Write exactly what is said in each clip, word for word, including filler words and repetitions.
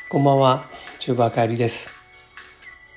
こんばんは、チューバーかえりです。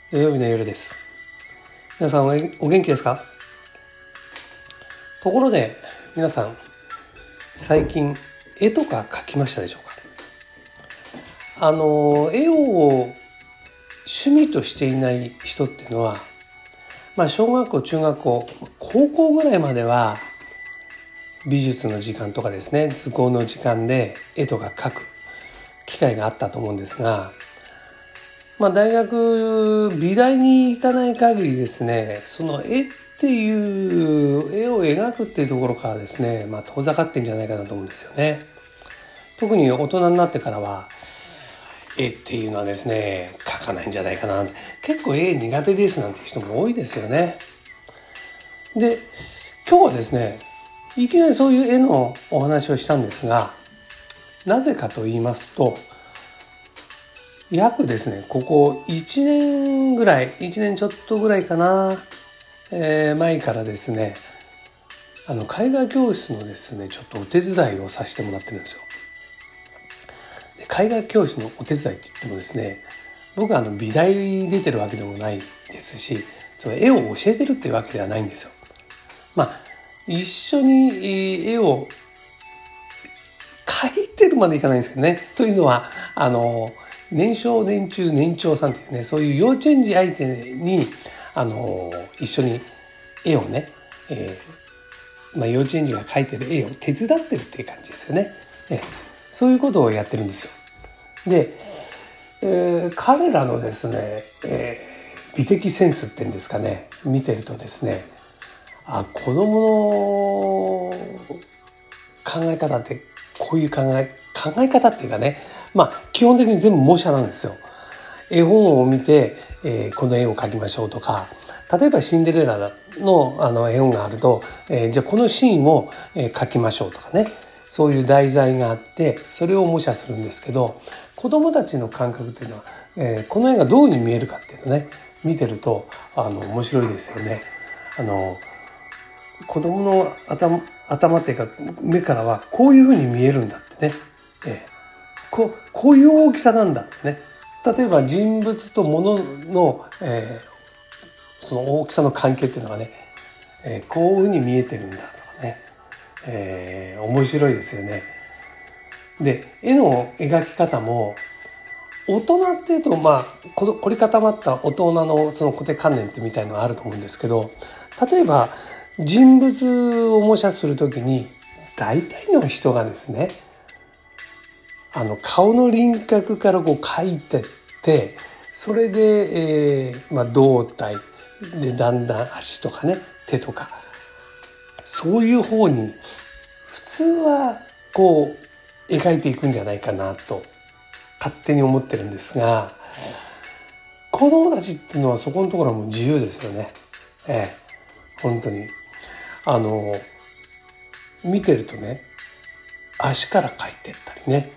土曜日の夜です。皆さんお元気ですか？ところで皆さん、最近絵とか描きましたでしょうか？あの絵を趣味としていない人っていうのは、まあ小学校、中学校、高校ぐらいまでは美術の時間とかですね、図工の時間で絵とか描く機会があったと思うんですが、まあ大学美大に行かない限りですね、その絵っていう絵を描くっていうところからですね、まあ遠ざかってんじゃないかなと思うんですよね。特に大人になってからは絵っていうのはですね、描かないんじゃないかな。結構絵苦手ですなんていう人も多いですよね。で、今日はですね、いきなりそういう絵のお話をしたんですが、なぜかと言いますと、約ですね、ここいちねんぐらい、いちねんちょっとぐらいかな、えー、前からですね、あの絵画教室のですね、ちょっとお手伝いをさせてもらってるんですよ。で、絵画教室のお手伝いって言ってもですね、僕はあの美大出てるわけでもないですし、その絵を教えてるっていうわけではないんですよ。まあ一緒に絵を描いてるまでいかないんですけどね。というのは、あの年少年中年長さんっていうね、そういう幼稚園児相手にあの一緒に絵をね、えーまあ、幼稚園児が描いてる絵を手伝ってるっていう感じですよね。えー、そういうことをやってるんですよ。で、えー、彼らのですね、えー、美的センスっていうんですかね、見てるとですね、あ、子供の考え方ってこういう考え考え方っていうかね、まあ基本的に全部模写なんですよ。絵本を見て、えー、この絵を描きましょうとか、例えばシンデレラのあの絵本があると、えー、じゃあこのシーンを、えー、描きましょうとかね、そういう題材があってそれを模写するんですけど、子供たちの感覚っていうのは、えー、この絵がどういうふうに見えるかっていうのね、見てるとあの面白いですよね。あの子供の頭頭っていうか目からはこういうふうに見えるんだってね、ええ、こ, こういう大きさなんだってね。例えば人物と物の、えー、その大きさの関係っていうのがね、えー、こういうふうに見えてるんだとかね、えー、面白いですよね。で、絵の描き方も大人っていうと、まあ凝り固まった大人のその固定観念ってみたいのがあると思うんですけど、例えば人物を模写するときに大体の人がですね、あの顔の輪郭からこう描いてって、それで、えーまあ、胴体でだんだん足とかね、手とか、そういう方に普通はこう描いていくんじゃないかなと勝手に思ってるんですが、子供たちっていうのはそこのところはもう自由ですよね。ええ、本当にあの見てるとね、足から描いてったりね、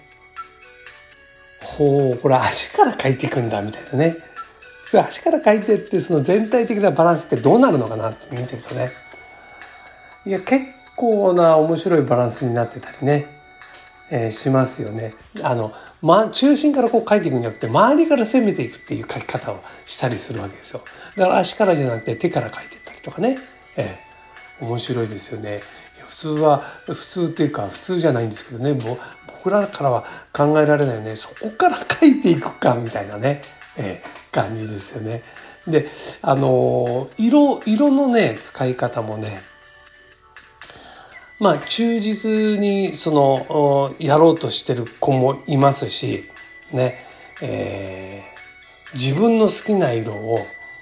ほう、これ足から描いていくんだみたいなね、それ足から描いてってその全体的なバランスってどうなるのかなって見てるとね、いや結構な面白いバランスになってたりね、えー、しますよね。あの、ま、中心からこう描いていくんじゃなくて周りから攻めていくっていう描き方をしたりするわけですよ。だから足からじゃなくて手から描いていったりとかね、えー、面白いですよね。普通は普通っていうか普通じゃないんですけどね、僕らからは考えられないね、そこから描いていくかみたいなね、えー、感じですよね。で、あの色色のね使い方もね、まあ忠実にそのやろうとしてる子もいますしね、えー、自分の好きな色を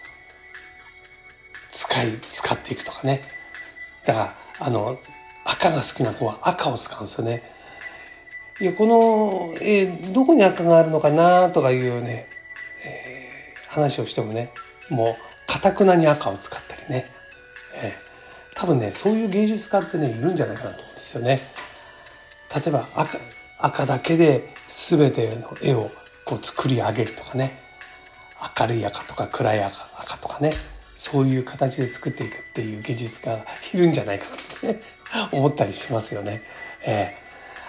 使い使っていくとかね。だからあの赤が好きな子は赤を使うんですよね。いや、この絵どこに赤があるのかなとかいうね、えー、話をしてもね、もう堅くなに赤を使ったりね、えー、多分ねそういう芸術家ってねいるんじゃないかなと思うんですよね。例えば赤赤だけで全ての絵をこう作り上げるとかね、明るい赤とか暗い赤とかね、そういう形で作っていくっていう芸術家がいるんじゃないかなって、ね、思ったりしますよね。え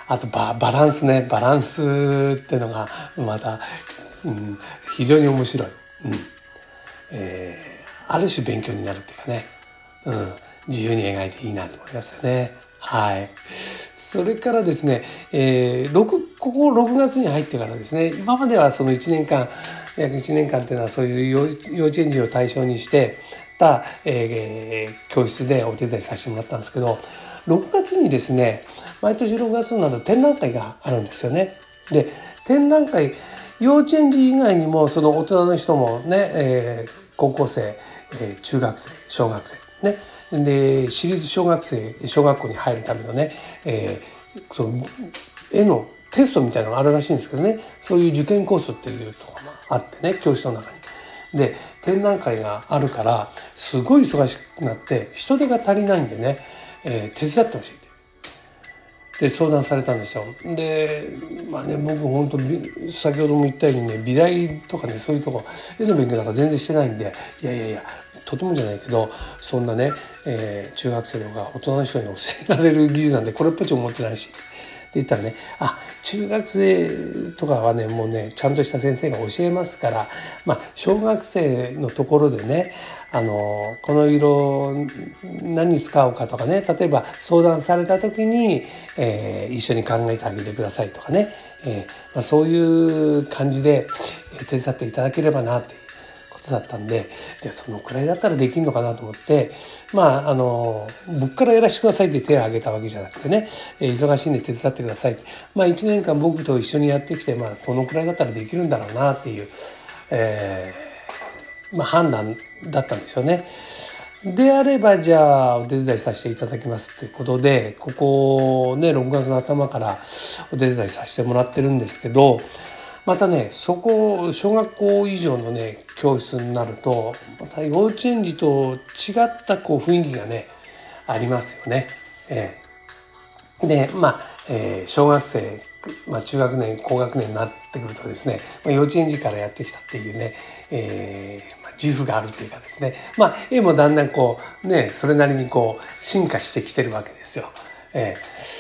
あとババランスねバランスっていうのがまた、うん、非常に面白い、うんえー、ある種勉強になるっていうかね、うん、自由に描いていいなと思いますよね。はい。それからですね、えー、6こころくがつに入ってからですね、今まではそのいちねんかん約いちねんかんっていうのはそういう幼稚園児を対象にしてた、えー、教室でお手伝いさせてもらったんですけど、ろくがつにですね毎年ろくがつになると展覧会があるんですよね。で展覧会幼稚園児以外にもその大人の人もね、えー、高校生、えー、中学生小学生ねで私立小学生小学校に入るためのね、えー、その絵のテストみたいなのがあるらしいんですけどね、そういう受験コースっていうところがあってね、教室の中にで展覧会があるからすごい忙しくなって人手が足りないんでね、えー、手伝ってほしいで相談されたんですよ。でまあね僕本当先ほども言ったようにね美大とかねそういうとこ絵の勉強なんか全然してないんでいやいやいやとてもじゃないけどそんなね、えー、中学生とか大人の人に教えられる技術なんでこれっぽっちも持ってないしって言ったらねあ中学生とかはねもうねちゃんとした先生が教えますからまあ小学生のところでねあのこの色何に使おうかとかね例えば相談された時に、えー、一緒に考えてあげてくださいとかね、えーまあ、そういう感じで手伝っていただければなっていうことだったんで、でそのくらいだったらできるのかなと思ってまああの僕からやらせてくださいって手を挙げたわけじゃなくてね、えー、忙しいんで手伝ってくださいまあいちねんかん僕と一緒にやってきてまあこのくらいだったらできるんだろうなっていう、えーまあ、判断だったんでしょうね。であればじゃあお手伝いさせていただきますってことでここねろくがつの頭からお手伝いさせてもらってるんですけどまたねそこ小学校以上のね教室になるとまた幼稚園児と違ったこう雰囲気がねありますよね。えー、でまあ、えー、小学生、まあ、中学年高学年になってくるとですね、まあ、幼稚園児からやってきたっていうね、えー自負があるというかですねまあ絵もだんだんこうねそれなりにこう進化してきてるわけですよ。え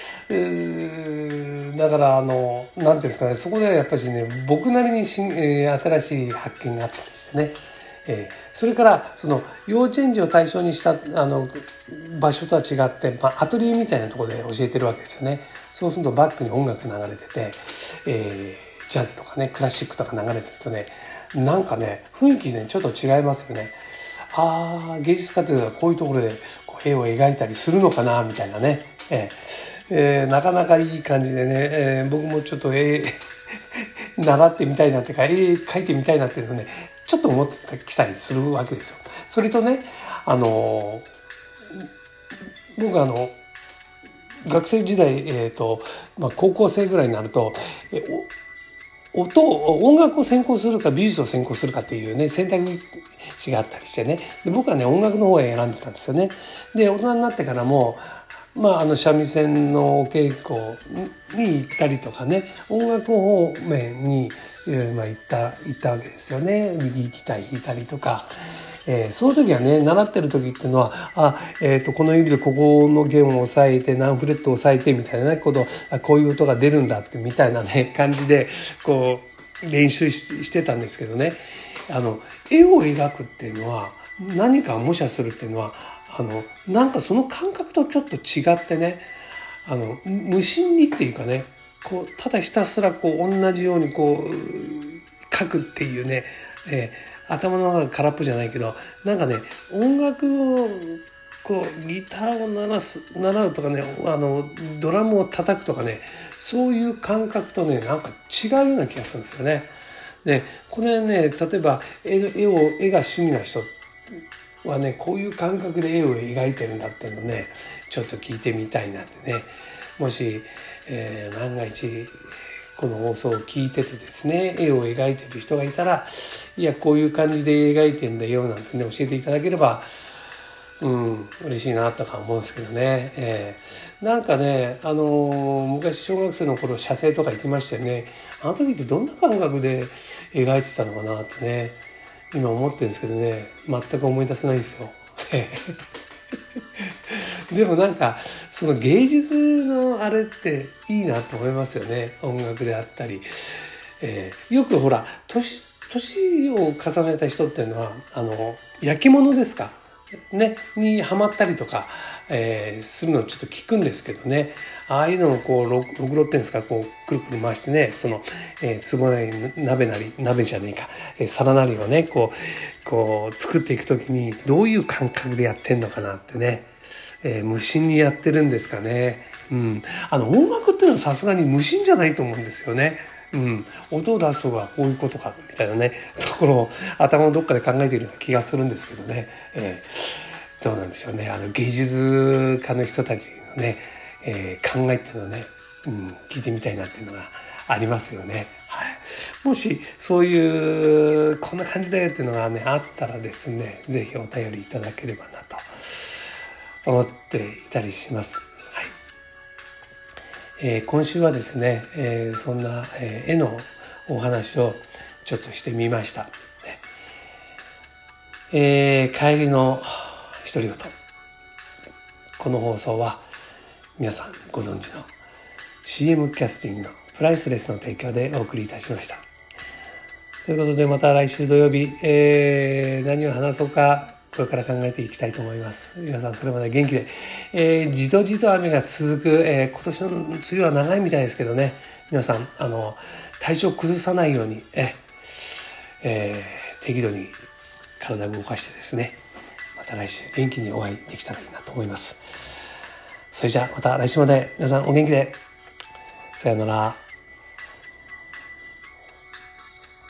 ー、だからあの何ていうんですかねそこでやっぱりね僕なりにしん、えー、新しい発見があったりしてね、えー、それからその幼稚園児を対象にしたあの場所とは違って、まあ、アトリエみたいなところで教えてるわけですよね。そうするとバックに音楽流れてて、えー、ジャズとかねクラシックとか流れてるとねなんかね雰囲気ねちょっと違いますよね。ああ芸術家というのはこういうところでこう絵を描いたりするのかなみたいなね、えーえー、なかなかいい感じでね、えー、僕もちょっと絵習ってみたいなっていうか絵描いてみたいなっていうのをねちょっと思ってきたりするわけですよ。それとねあのー、僕あの学生時代、えーとまあ、高校生ぐらいになるとえ音音楽を専攻するか美術を専攻するかっていうね選択肢があったりしてねで僕はね音楽の方を選んでたんですよね。で大人になってからもまああの三味線のお稽古に行ったりとかね音楽方面に、えーまあ、行った行ったわけですよね。右ギター弾いたりとか。えー、その時はね習ってる時っていうのはあ、えー、とこの指でここの弦を押さえて何フレットを押さえてみたいなねことあこういう音が出るんだってみたいなね感じでこう練習 し, してたんですけどねあの絵を描くっていうのは何か模写するっていうのはあのなんかその感覚とちょっと違ってねあの無心にっていうかねこうただひたすらこう同じようにこう描くっていうね、えー頭の中が空っぽじゃないけどなんかね音楽をこうギターを鳴らす習うとかねあのドラムを叩くとかねそういう感覚とねなんか違うような気がするんですよね。でこれね例えば絵, 絵を絵が趣味な人はねこういう感覚で絵を描いてるんだっていうのをねちょっと聞いてみたいなってねもし、えー、万が一この放送を聞いててですね絵を描いてる人がいたらいやこういう感じで描いてんだよなんてね教えていただければうん嬉しいなとか思うんですけどね、えー、なんかねあのー、昔小学生の頃写生とか行きましたよね。あの時ってどんな感覚で描いてたのかなってね今思ってるんですけどね全く思い出せないんですよでもなんかその芸術のあれっていいなと思いますよね。音楽であったり、えー、よくほら年年を重ねた人っていうのはあの焼き物ですかねにハマったりとか、えー、するのをちょっと聞くんですけどね。ああいうのをこうろくろっていうんですか、こうくるくる回してね、その、えー、壺なり鍋なり鍋じゃねえか、えー、皿なりをねこうこう作っていくときにどういう感覚でやってんのかなってね、えー、無心にやってるんですかね。うん、あの音楽っていうのはさすがに無心じゃないと思うんですよね。うん、音を出すとはこういうことかみたいなねところを頭のどっかで考えているような気がするんですけどね、えー、どうなんでしょうね。あの芸術家の人たちのね、えー、考えっていうのをね、うん、聞いてみたいなっていうのがありますよね。はい、もしそういうこんな感じだよっていうのがねあったらですね、ぜひお便りいただければなと思っていたりします。えー、今週はですね、えー、そんな、えー、絵のお話をちょっとしてみました。えー、帰りの独り言。この放送は皆さんご存知の シーエム キャスティングのプライスレスの提供でお送りいたしました。ということでまた来週土曜日、えー、何を話そうかこれから考えていきたいと思います。皆さんそれまで元気で、えー、じとじと雨が続く、えー、今年の梅雨は長いみたいですけどね、皆さんあの体調崩さないように、ええー、適度に体を動かしてですね、また来週元気にお会いできたらいいなと思います。それじゃあまた来週まで皆さんお元気で、さよなら。